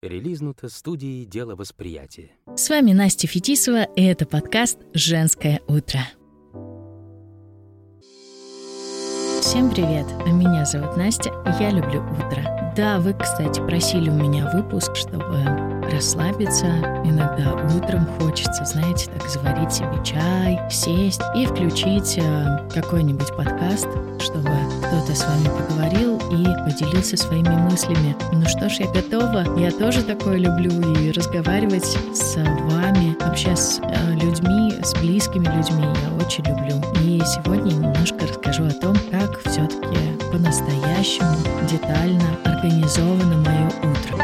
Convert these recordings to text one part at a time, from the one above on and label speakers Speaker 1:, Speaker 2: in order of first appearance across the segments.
Speaker 1: Релизнуто студией «Дело восприятия».
Speaker 2: С вами Настя Фетисова, и это подкаст «Женское утро». Всем привет! Меня зовут Настя, и я люблю утро. Да, вы, кстати, просили у меня выпуск, чтобы расслабиться. Иногда утром хочется, знаете, так заварить себе чай, сесть и включить какой-нибудь подкаст, чтобы кто-то с вами поговорил и поделился своими мыслями. Ну что ж, я готова. Я тоже такое люблю, и разговаривать с вами, вообще с людьми, с близкими людьми я очень люблю. И сегодня немножко расскажу о том, как все-таки по-настоящему детально организовано мое утро.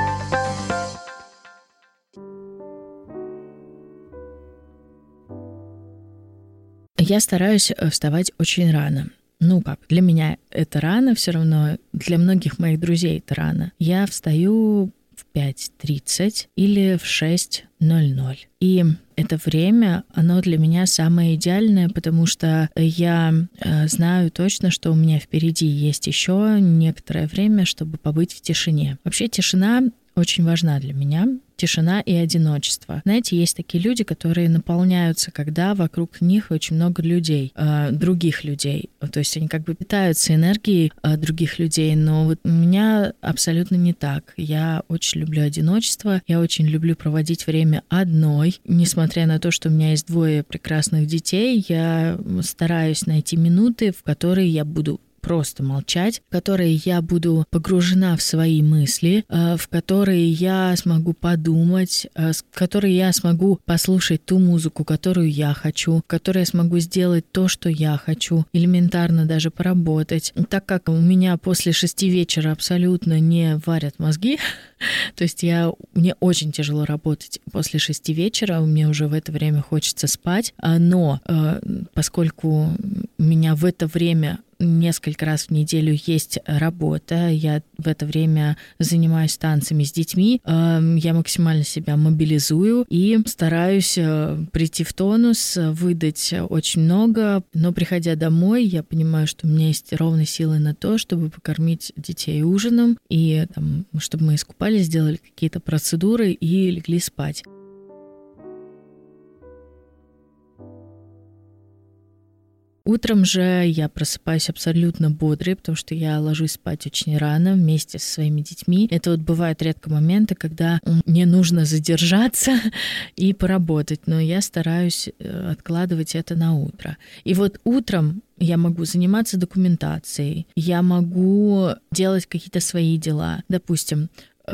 Speaker 2: Я стараюсь вставать очень рано. Ну как, для меня это рано, все равно для многих моих друзей это рано. Я встаю в 5:30 или в 6:00. И это время, оно для меня самое идеальное, потому что я знаю точно, что у меня впереди есть еще некоторое время, чтобы побыть в тишине. Вообще тишина очень важна для меня. Тишина и одиночество. Знаете, есть такие люди, которые наполняются, когда вокруг них очень много людей, других людей. То есть они как бы питаются энергией других людей, но вот у меня абсолютно не так. Я очень люблю одиночество, я очень люблю проводить время одной. Несмотря на то, что у меня есть 2 прекрасных детей, я стараюсь найти минуты, в которые я буду просто молчать, в которые я буду погружена в свои мысли, в которые я смогу подумать, в которые я смогу послушать ту музыку, которую я хочу, в которой я смогу сделать то, что я хочу, элементарно даже поработать. Так как у меня после 6 вечера абсолютно не варят мозги, то есть мне очень тяжело работать после 6 вечера, мне уже в это время хочется спать, но поскольку у меня в это время несколько раз в неделю есть работа, я в это время занимаюсь танцами с детьми, я максимально себя мобилизую и стараюсь прийти в тонус, выдать очень много, но приходя домой, я понимаю, что у меня есть ровно силы на то, чтобы покормить детей ужином, и чтобы мы искупались, сделали какие-то процедуры и легли спать. Утром же я просыпаюсь абсолютно бодрой, потому что я ложусь спать очень рано вместе со своими детьми. Это вот бывают редко моменты, когда мне нужно задержаться и поработать, но я стараюсь откладывать это на утро. И вот утром я могу заниматься документацией, я могу делать какие-то свои дела. Допустим,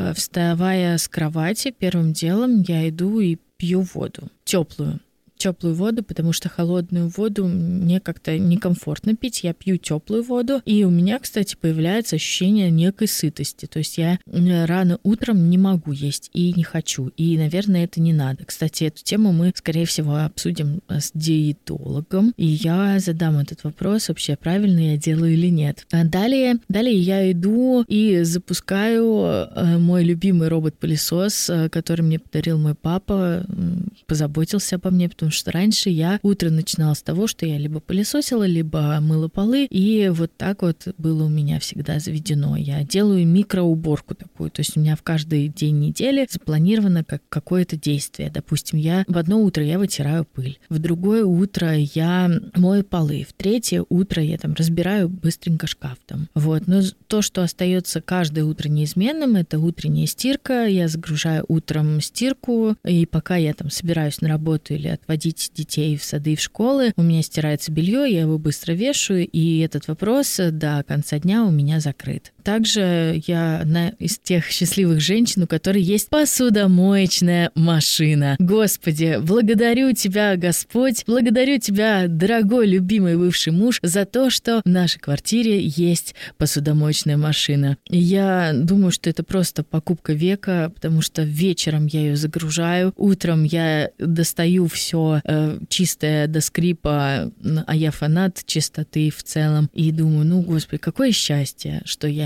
Speaker 2: вставая с кровати, первым делом я иду и пью воду, теплую воду, потому что холодную воду мне как-то некомфортно пить. Я пью теплую воду, и у меня, кстати, появляется ощущение некой сытости. То есть я рано утром не могу есть и не хочу. И, наверное, это не надо. Кстати, эту тему мы, скорее всего, обсудим с диетологом, и я задам этот вопрос, вообще правильно я делаю или нет. А далее я иду и запускаю мой любимый робот-пылесос, который мне подарил мой папа, позаботился обо мне, потому что раньше я утро начинала с того, что я либо пылесосила, либо мыла полы, и вот так вот было у меня всегда заведено. Я делаю микроуборку такую, то есть у меня в каждый день недели запланировано как какое-то действие. Допустим, в одно утро я вытираю пыль, в другое утро я мою полы, в третье утро я разбираю быстренько шкаф Вот. Но то, что остается каждое утро неизменным, это утренняя стирка. Я загружаю утром стирку, и пока я собираюсь на работу или отводить детей в сады и в школы, у меня стирается белье, я его быстро вешаю, и этот вопрос до конца дня у меня закрыт. Также я одна из тех счастливых женщин, у которой есть посудомоечная машина. Господи, благодарю Тебя, Господь, благодарю Тебя, дорогой, любимый бывший муж, за то, что в нашей квартире есть посудомоечная машина. И я думаю, что это просто покупка века, потому что вечером я ее загружаю, утром я достаю все чистое до скрипа, а я фанат чистоты в целом. И думаю, Господи, какое счастье, что я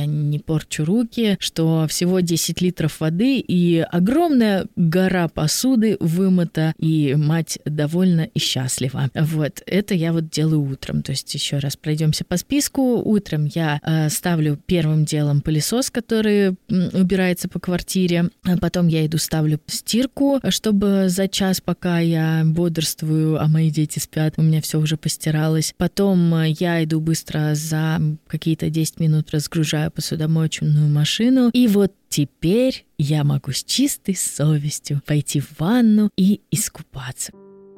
Speaker 2: не порчу руки, что всего 10 литров воды и огромная гора посуды вымыта, и мать довольна и счастлива. Вот, это я вот делаю утром. То есть еще раз пройдемся по списку. Утром я ставлю первым делом пылесос, который убирается по квартире. Потом я иду ставлю стирку, чтобы за час, пока я бодрствую, а мои дети спят, у меня все уже постиралось. Потом я иду быстро за какие-то 10 минут разгружаю посудомоечную машину. И вот теперь я могу с чистой совестью пойти в ванну и искупаться.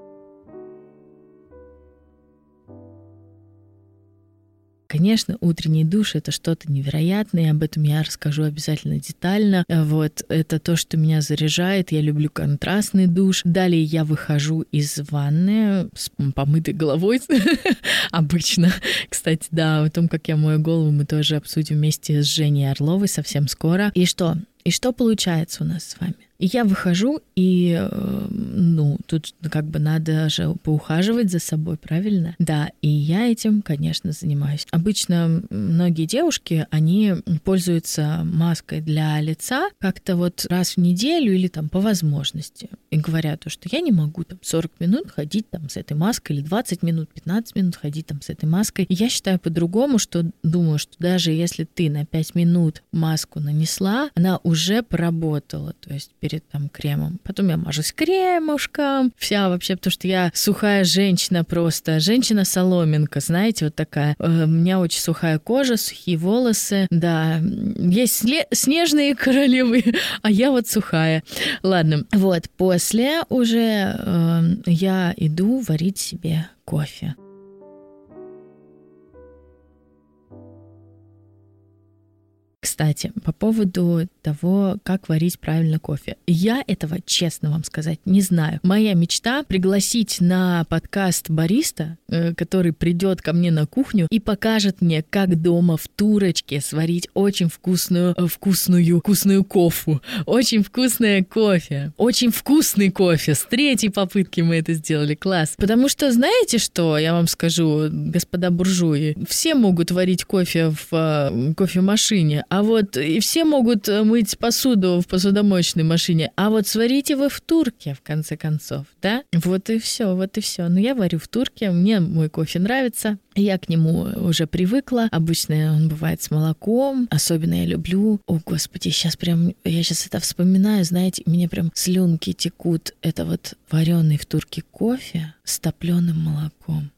Speaker 2: Конечно, утренний душ — это что-то невероятное, и об этом я расскажу обязательно детально. Вот, это то, что меня заряжает, я люблю контрастный душ. Далее я выхожу из ванны с помытой головой, обычно. Кстати, да, о том, как я мою голову, мы тоже обсудим вместе с Женей Орловой совсем скоро. И что? И что получается у нас с вами? И я выхожу, и, тут как бы надо же поухаживать за собой, правильно? Да, и я этим, конечно, занимаюсь. Обычно многие девушки, они пользуются маской для лица как-то вот раз в неделю или там по возможности. И говорят, что я не могу там 40 минут ходить там с этой маской, или 20 минут, 15 минут ходить там с этой маской. И я считаю по-другому, что думаю, что даже если ты на 5 минут маску нанесла, она уже поработала, то есть перед там кремом. Потом я мажусь кремушком, вся вообще, потому что я сухая женщина просто, женщина-соломинка, знаете, вот такая. У меня очень сухая кожа, сухие волосы, да. Есть снежные королевы, а я вот сухая. Ладно, вот, после уже я иду варить себе кофе. Кстати, по поводу того, как варить правильно кофе. Я этого, честно вам сказать, не знаю. Моя мечта — пригласить на подкаст бариста, который придет ко мне на кухню и покажет мне, как дома в турочке сварить очень вкусную кофу. Очень вкусное кофе. Очень вкусный кофе. С 3-й попытки мы это сделали. Класс. Потому что, знаете что, я вам скажу, господа буржуи, все могут варить кофе в кофемашине, а вот и все могут мыть посуду в посудомоечной машине, а вот сварите вы в турке, в конце концов, да? Вот и все. Но я варю в турке, мне мой кофе нравится, я к нему уже привыкла. Обычно он бывает с молоком, особенно я люблю. О, господи, я сейчас это вспоминаю, знаете, мне прям слюнки текут. Это вот вареный в турке кофе с топленым молоком.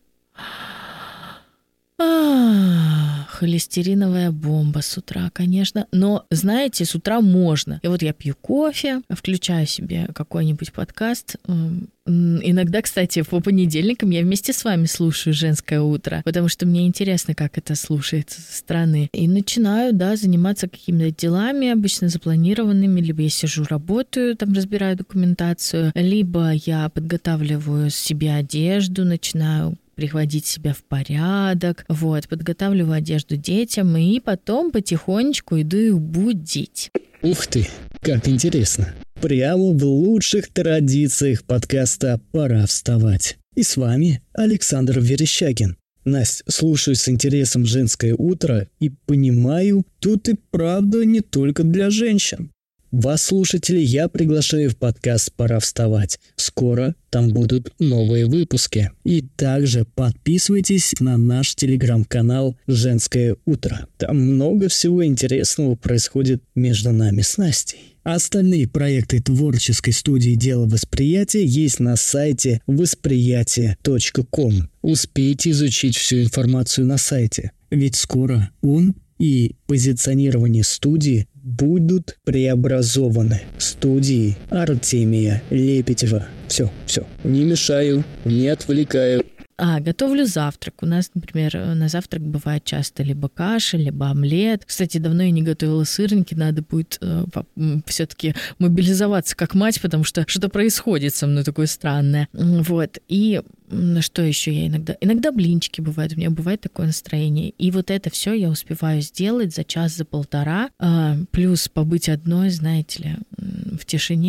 Speaker 2: Холестериновая бомба с утра, конечно. Но, знаете, с утра можно. И вот я пью кофе, включаю себе какой-нибудь подкаст. Иногда, кстати, по понедельникам я вместе с вами слушаю «Женское утро», потому что мне интересно, как это слушается со стороны. И начинаю, заниматься какими-то делами, обычно запланированными. Либо я сижу, работаю, там разбираю документацию, либо я подготавливаю себе одежду, начинаю приводить себя в порядок, подготавливаю одежду детям и потом потихонечку иду их будить.
Speaker 3: Ух ты, как интересно. Прямо в лучших традициях подкаста «Пора вставать». И с вами Александр Верещагин. Настя, слушаю с интересом «Женское утро» и понимаю, тут и правда не только для женщин. Вас, слушателей, я приглашаю в подкаст «Пора вставать». Скоро там будут новые выпуски. И также подписывайтесь на наш телеграм-канал «Женское утро». Там много всего интересного происходит между нами с Настей. Остальные проекты творческой студии «Дело восприятия» есть на сайте восприятие.ком. Успейте изучить всю информацию на сайте, ведь скоро он и позиционирование студии будут преобразованы студией Артемия Лепетева. Все, не мешаю, не отвлекаю.
Speaker 2: Готовлю завтрак. У нас, например, на завтрак бывает часто либо каша, либо омлет. Кстати, давно я не готовила сырники, надо будет все-таки мобилизоваться как мать, потому что что-то происходит со мной такое странное. И что еще я иногда блинчики бывают, у меня бывает такое настроение. И вот это все я успеваю сделать за час, за полтора, плюс побыть одной, знаете ли, в тишине.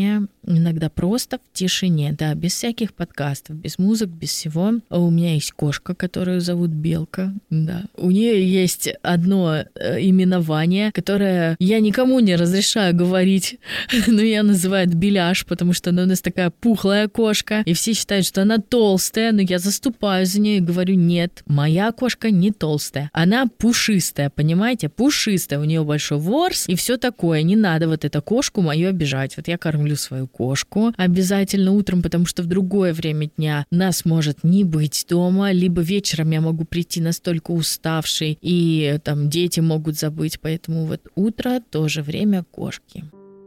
Speaker 2: иногда просто в тишине, да, без всяких подкастов, без музык, без всего. У меня есть кошка, которую зовут Белка, да. У нее есть одно именование, которое я никому не разрешаю говорить, но я называю Беляш, потому что она у нас такая пухлая кошка, и все считают, что она толстая, но я заступаюсь за нее и говорю: нет, моя кошка не толстая, она пушистая, понимаете, пушистая, у нее большой ворс и все такое, не надо вот эту кошку мою обижать. Вот я кормлю свою кошку обязательно утром, потому что в другое время дня нас может не быть дома, либо вечером я могу прийти настолько уставший, и там дети могут забыть, поэтому вот утро тоже время кошки.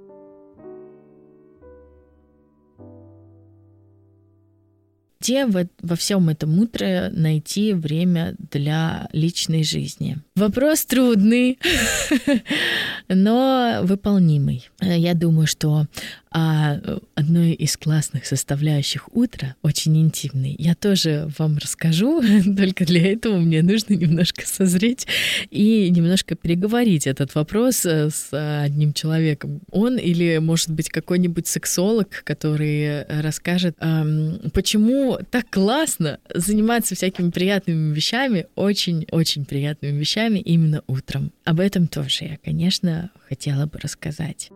Speaker 2: Где во всем этом утре найти время для личной жизни? Вопрос трудный, но выполнимый. Я думаю, что одной из классных составляющих утра, очень интимной, я тоже вам расскажу, только для этого мне нужно немножко созреть и немножко переговорить этот вопрос с одним человеком. Он или, может быть, какой-нибудь сексолог, который расскажет, почему так классно заниматься всякими приятными вещами, очень-очень приятными вещами именно утром. Об этом тоже я, конечно, хотела бы рассказать.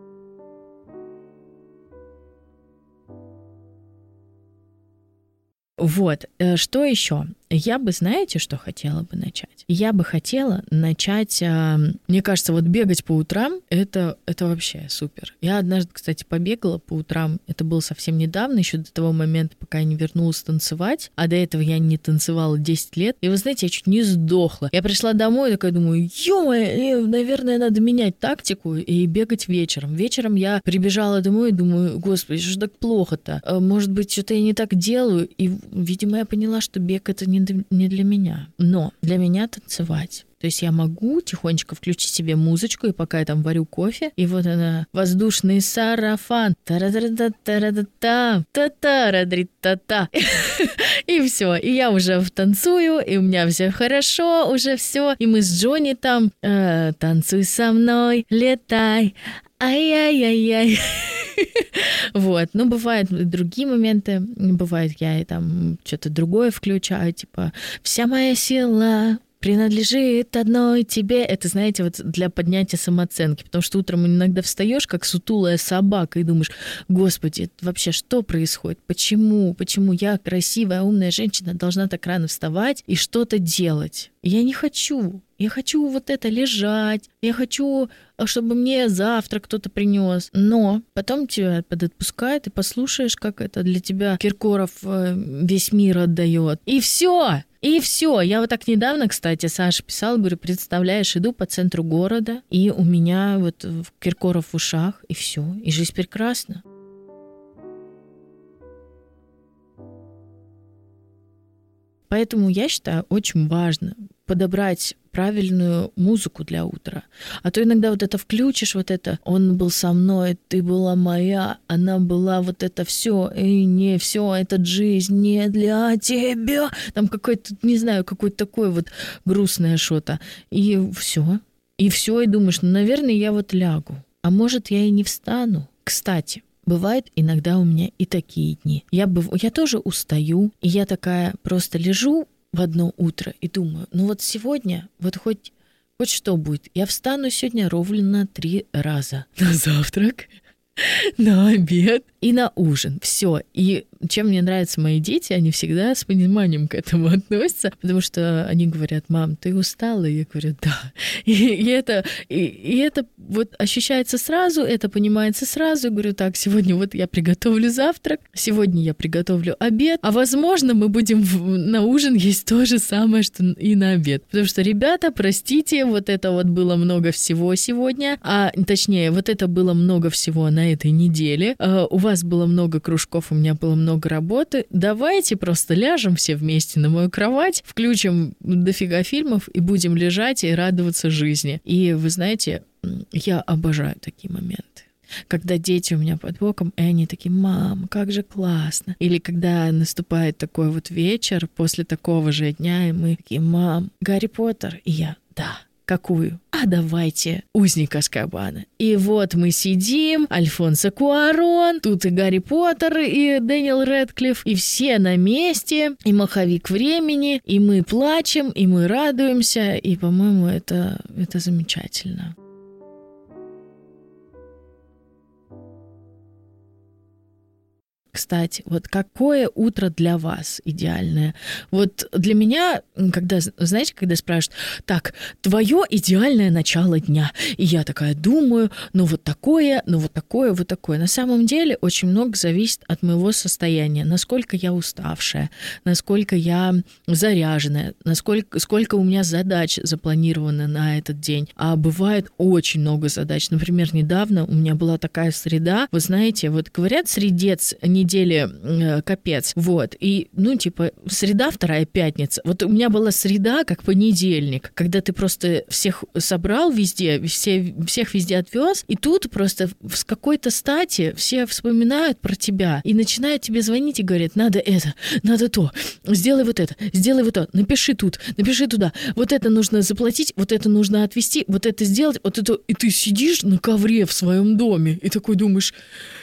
Speaker 2: Вот, что еще? Я бы, знаете, что хотела бы начать? Я бы хотела начать, мне кажется, вот бегать по утрам, это вообще супер. Я однажды, кстати, побегала по утрам, это было совсем недавно, еще до того момента, пока я не вернулась танцевать, а до этого я не танцевала 10 лет, и вы знаете, я чуть не сдохла. Я пришла домой и такая думаю: ё-моё, наверное, надо менять тактику и бегать вечером. Вечером я прибежала домой и думаю: господи, что ж так плохо-то? Может быть, что-то я не так делаю? И, видимо, я поняла, что бег — это не для меня. Но для меня танцевать. То есть я могу тихонечко включить себе музычку, и пока я там варю кофе, и вот она, воздушный сарафан, та-ра-та-та-та-та-та, та-та-ра-дри-та-та. И все, и я уже танцую, и у меня все хорошо, уже все. И мы с Джонни там: танцуй со мной, летай, ай-яй-яй-яй. Вот, но бывают другие моменты, бывает, я там что-то другое включаю, типа «Вся моя сила принадлежит одной тебе». Это, знаете, вот для поднятия самооценки, потому что утром иногда встаешь как сутулая собака и думаешь: господи, вообще что происходит? Почему я, красивая, умная женщина, должна так рано вставать и что-то делать? Я не хочу. Я хочу вот это лежать, я хочу, чтобы мне завтрак кто-то принес. Но потом тебя подотпускает, и послушаешь, как это для тебя Киркоров весь мир отдает. И все. Я вот так недавно, кстати, Саше писала, говорю: представляешь, иду по центру города, и у меня вот Киркоров в ушах, и все, и жизнь прекрасна. Поэтому я считаю, очень важно подобрать правильную музыку для утра. А то иногда вот это включишь, вот это «Он был со мной, ты была моя, она была вот это все, и не все, это жизнь не для тебя». Там какой-то, не знаю, какое-то такое вот грустное что-то. И все, и думаешь: наверное, я вот лягу. А может, я и не встану. Кстати, бывает иногда у меня и такие дни. Я тоже устаю, и я такая просто лежу в одно утро и думаю: ну вот сегодня, вот хоть что будет. Я встану сегодня ровно 3 раза. На завтрак, на обед и на ужин. Все. И чем мне нравятся мои дети, они всегда с пониманием к этому относятся, потому что они говорят: мам, ты устала? И я говорю: да. И это вот ощущается сразу, это понимается сразу. Я говорю: так, сегодня вот я приготовлю завтрак, сегодня я приготовлю обед, а возможно, мы будем на ужин есть то же самое, что и на обед. Потому что, ребята, простите, вот это вот было много всего сегодня, точнее, вот это было много всего на этой неделе. У вас было много кружков, у меня было много работы. Давайте просто ляжем все вместе на мою кровать, включим дофига фильмов и будем лежать и радоваться жизни. И вы знаете, я обожаю такие моменты. Когда дети у меня под боком, и они такие: мам, как же классно. Или когда наступает такой вот вечер после такого же дня, и мы такие: мам, Гарри Поттер. И я: да, Какую? А давайте «Узник Азкабана». И вот мы сидим, Альфонсо Куарон, тут и Гарри Поттер, и Дэниел Рэдклифф, и все на месте, и «Маховик времени», и мы плачем, и мы радуемся, и, по-моему, это замечательно. Кстати, вот какое утро для вас идеальное? Вот для меня, когда спрашивают, так, твое идеальное начало дня. И я такая думаю, вот такое. На самом деле очень много зависит от моего состояния. Насколько я уставшая, насколько я заряженная, сколько у меня задач запланировано на этот день. А бывает очень много задач. Например, недавно у меня была такая среда. Вы знаете, вот говорят, средец недели капец. Вот. И, среда, вторая пятница. Вот у меня была среда, как понедельник, когда ты просто всех собрал везде, всех везде отвез, и тут просто с какой-то стати все вспоминают про тебя и начинают тебе звонить и говорят, надо это, надо то, сделай вот это, напиши тут, напиши туда, вот это нужно заплатить, вот это нужно отвезти, вот это сделать, вот это... И ты сидишь на ковре в своем доме и такой думаешь,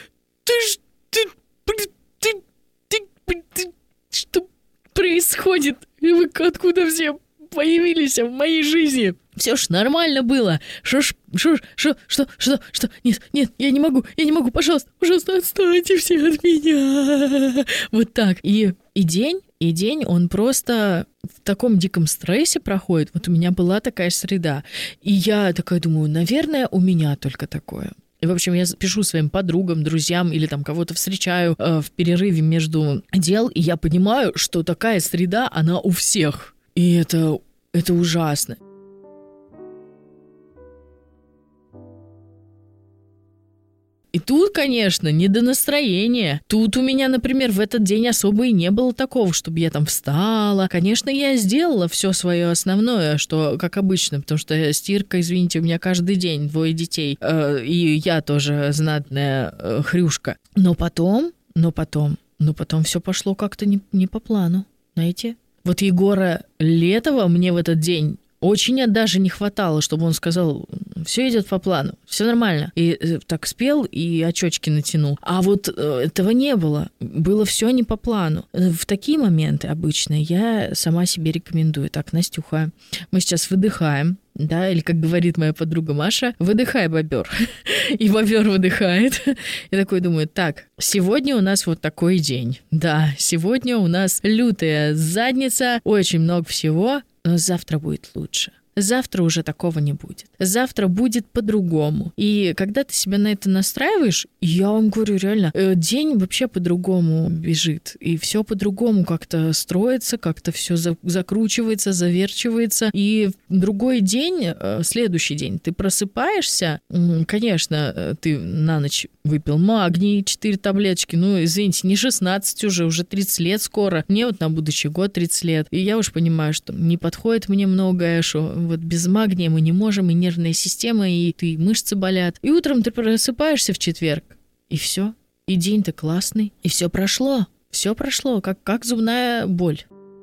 Speaker 2: что происходит? Откуда все появились в моей жизни? Все ж нормально было. Что? Нет, я не могу, пожалуйста, отстаньте все от меня. Вот так. И день, он просто в таком диком стрессе проходит. Вот у меня была такая среда. И я такая думаю, наверное, у меня только такое. И, в общем, я пишу своим подругам, друзьям или там кого-то встречаю в перерыве между дел, и я понимаю, что такая среда, она у всех. И это ужасно. И тут, конечно, не до настроения. Тут у меня, например, в этот день особо и не было такого, чтобы я там встала. Конечно, я сделала все свое основное, что как обычно, потому что стирка, извините, у меня каждый день 2 детей, и я тоже знатная хрюшка. Но потом все пошло как-то не по плану, знаете? Вот Егора Летова мне в этот день очень даже не хватало, чтобы он сказал, все идет по плану, все нормально. И так спел и очечки натянул. А вот этого не было. Было все не по плану. В такие моменты обычно я сама себе рекомендую. Так, Настюха, мы сейчас выдыхаем. Да, или, как говорит моя подруга Маша, выдыхай, бобер. И бобер выдыхает. И такой думаю, так, сегодня у нас вот такой день. Да, сегодня у нас лютая задница, очень много всего, но завтра будет лучше. Завтра уже такого не будет. Завтра будет по-другому. И когда ты себя на это настраиваешь, я вам говорю, реально, день вообще по-другому бежит. И все по-другому как-то строится, как-то все закручивается, заверчивается. И другой день, следующий день, ты просыпаешься, конечно, ты на ночь выпил магний, 4 таблеточки, извините, не 16 уже 30 лет скоро. Мне вот на будущий год 30 лет. И я уж понимаю, что не подходит мне многое, что вот без магния мы не можем, и нервная система, и мышцы болят. И утром ты просыпаешься в четверг, и все. И день-то классный, и все прошло. Все прошло, как зубная боль.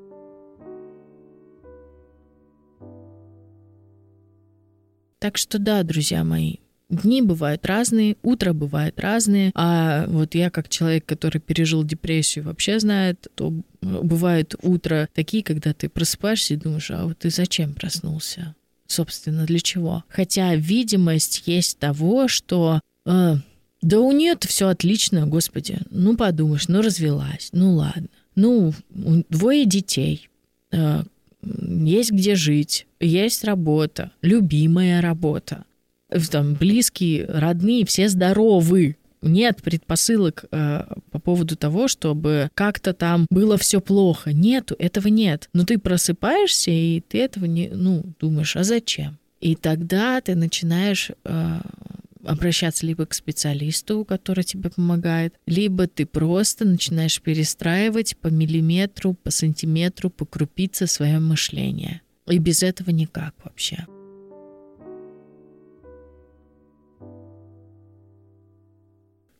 Speaker 2: Так что да, друзья мои, дни бывают разные, утро бывает разные, а вот я как человек, который пережил депрессию, вообще знает, то бывает утро такие, когда ты просыпаешься и думаешь, а вот ты зачем проснулся? Собственно, для чего? Хотя видимость есть того, что да у нее-то все отлично, господи, подумаешь, развелась, ладно. 2 детей, есть где жить, есть работа, любимая работа. Там близкие, родные, все здоровы. Нет предпосылок по поводу того, чтобы как-то там было все плохо. Этого нет. Но ты просыпаешься, и ты этого не, думаешь, а зачем? И тогда ты начинаешь обращаться либо к специалисту, который тебе помогает, либо ты просто начинаешь перестраивать по миллиметру, по сантиметру, по крупице свое мышление. И без этого никак вообще. —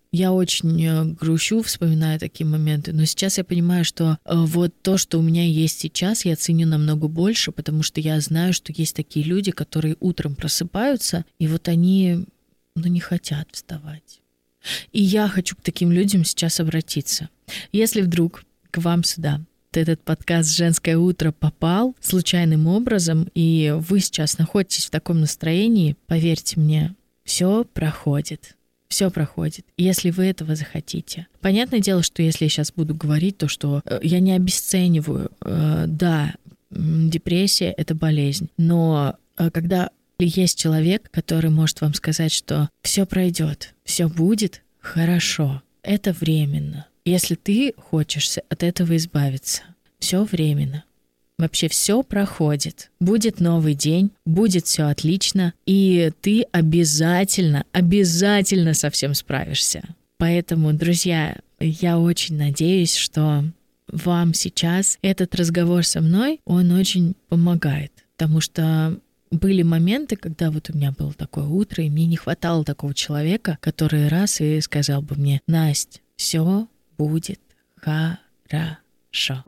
Speaker 2: Я очень грущу, вспоминая такие моменты, но сейчас я понимаю, что вот то, что у меня есть сейчас, я ценю намного больше, потому что я знаю, что есть такие люди, которые утром просыпаются, и вот они, не хотят вставать. И я хочу к таким людям сейчас обратиться. Если вдруг к вам сюда этот подкаст «Женское утро» попал случайным образом, и вы сейчас находитесь в таком настроении, поверьте мне, все проходит. Все проходит, если вы этого захотите. Понятное дело, что если я сейчас буду говорить, то что я не обесцениваю. Да, депрессия — это болезнь. Но когда есть человек, который может вам сказать, что все пройдет, все будет хорошо, это временно. Если ты хочешь от этого избавиться, все временно. Вообще все проходит. Будет новый день, будет все отлично, и ты обязательно со всем справишься. Поэтому, друзья, я очень надеюсь, что вам сейчас этот разговор со мной, он очень помогает, потому что были моменты, когда вот у меня было такое утро, и мне не хватало такого человека, который раз и сказал бы мне: «Насть, все будет хорошо».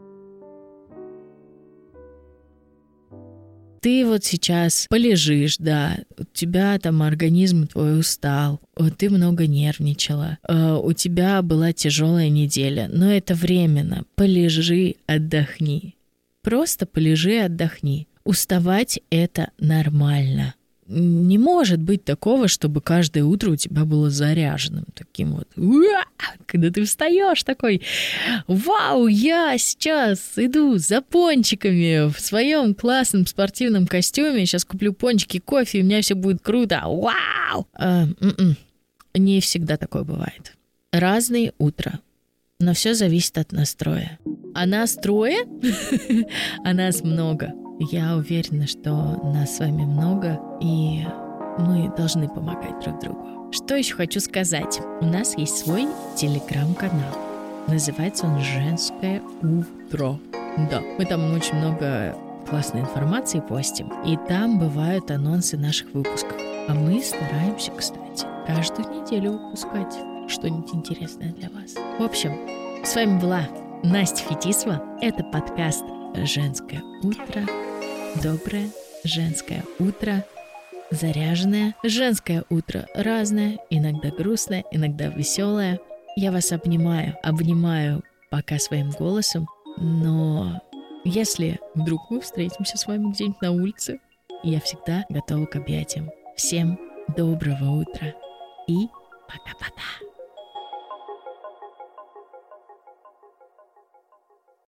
Speaker 2: Ты вот сейчас полежишь, да, у тебя там организм твой устал, ты много нервничала, у тебя была тяжелая неделя, но это временно. Полежи, отдохни. Просто полежи, отдохни. Уставать — это нормально. Не может быть такого, чтобы каждое утро у тебя было заряженным, таким вот. Когда ты встаешь такой: вау, я сейчас иду за пончиками в своем классном спортивном костюме, сейчас куплю пончики, кофе, и у меня все будет круто. Вау! Не всегда такое бывает. Разные утра, но все зависит от настроя. А нас трое, а нас много. Я уверена, что нас с вами много, и мы должны помогать друг другу. Что еще хочу сказать? У нас есть свой телеграм-канал. Называется он «Женское утро». Да, мы там очень много классной информации постим, и там бывают анонсы наших выпусков. А мы стараемся, кстати, каждую неделю выпускать что-нибудь интересное для вас. В общем, с вами была Настя Фетисова. Это подкаст «Женское утро». Доброе женское утро, заряженное женское утро, разное, иногда грустное, иногда веселое. Я вас обнимаю пока своим голосом, но если вдруг мы встретимся с вами где-нибудь на улице, я всегда готова к объятиям. Всем доброго утра и пока-пока.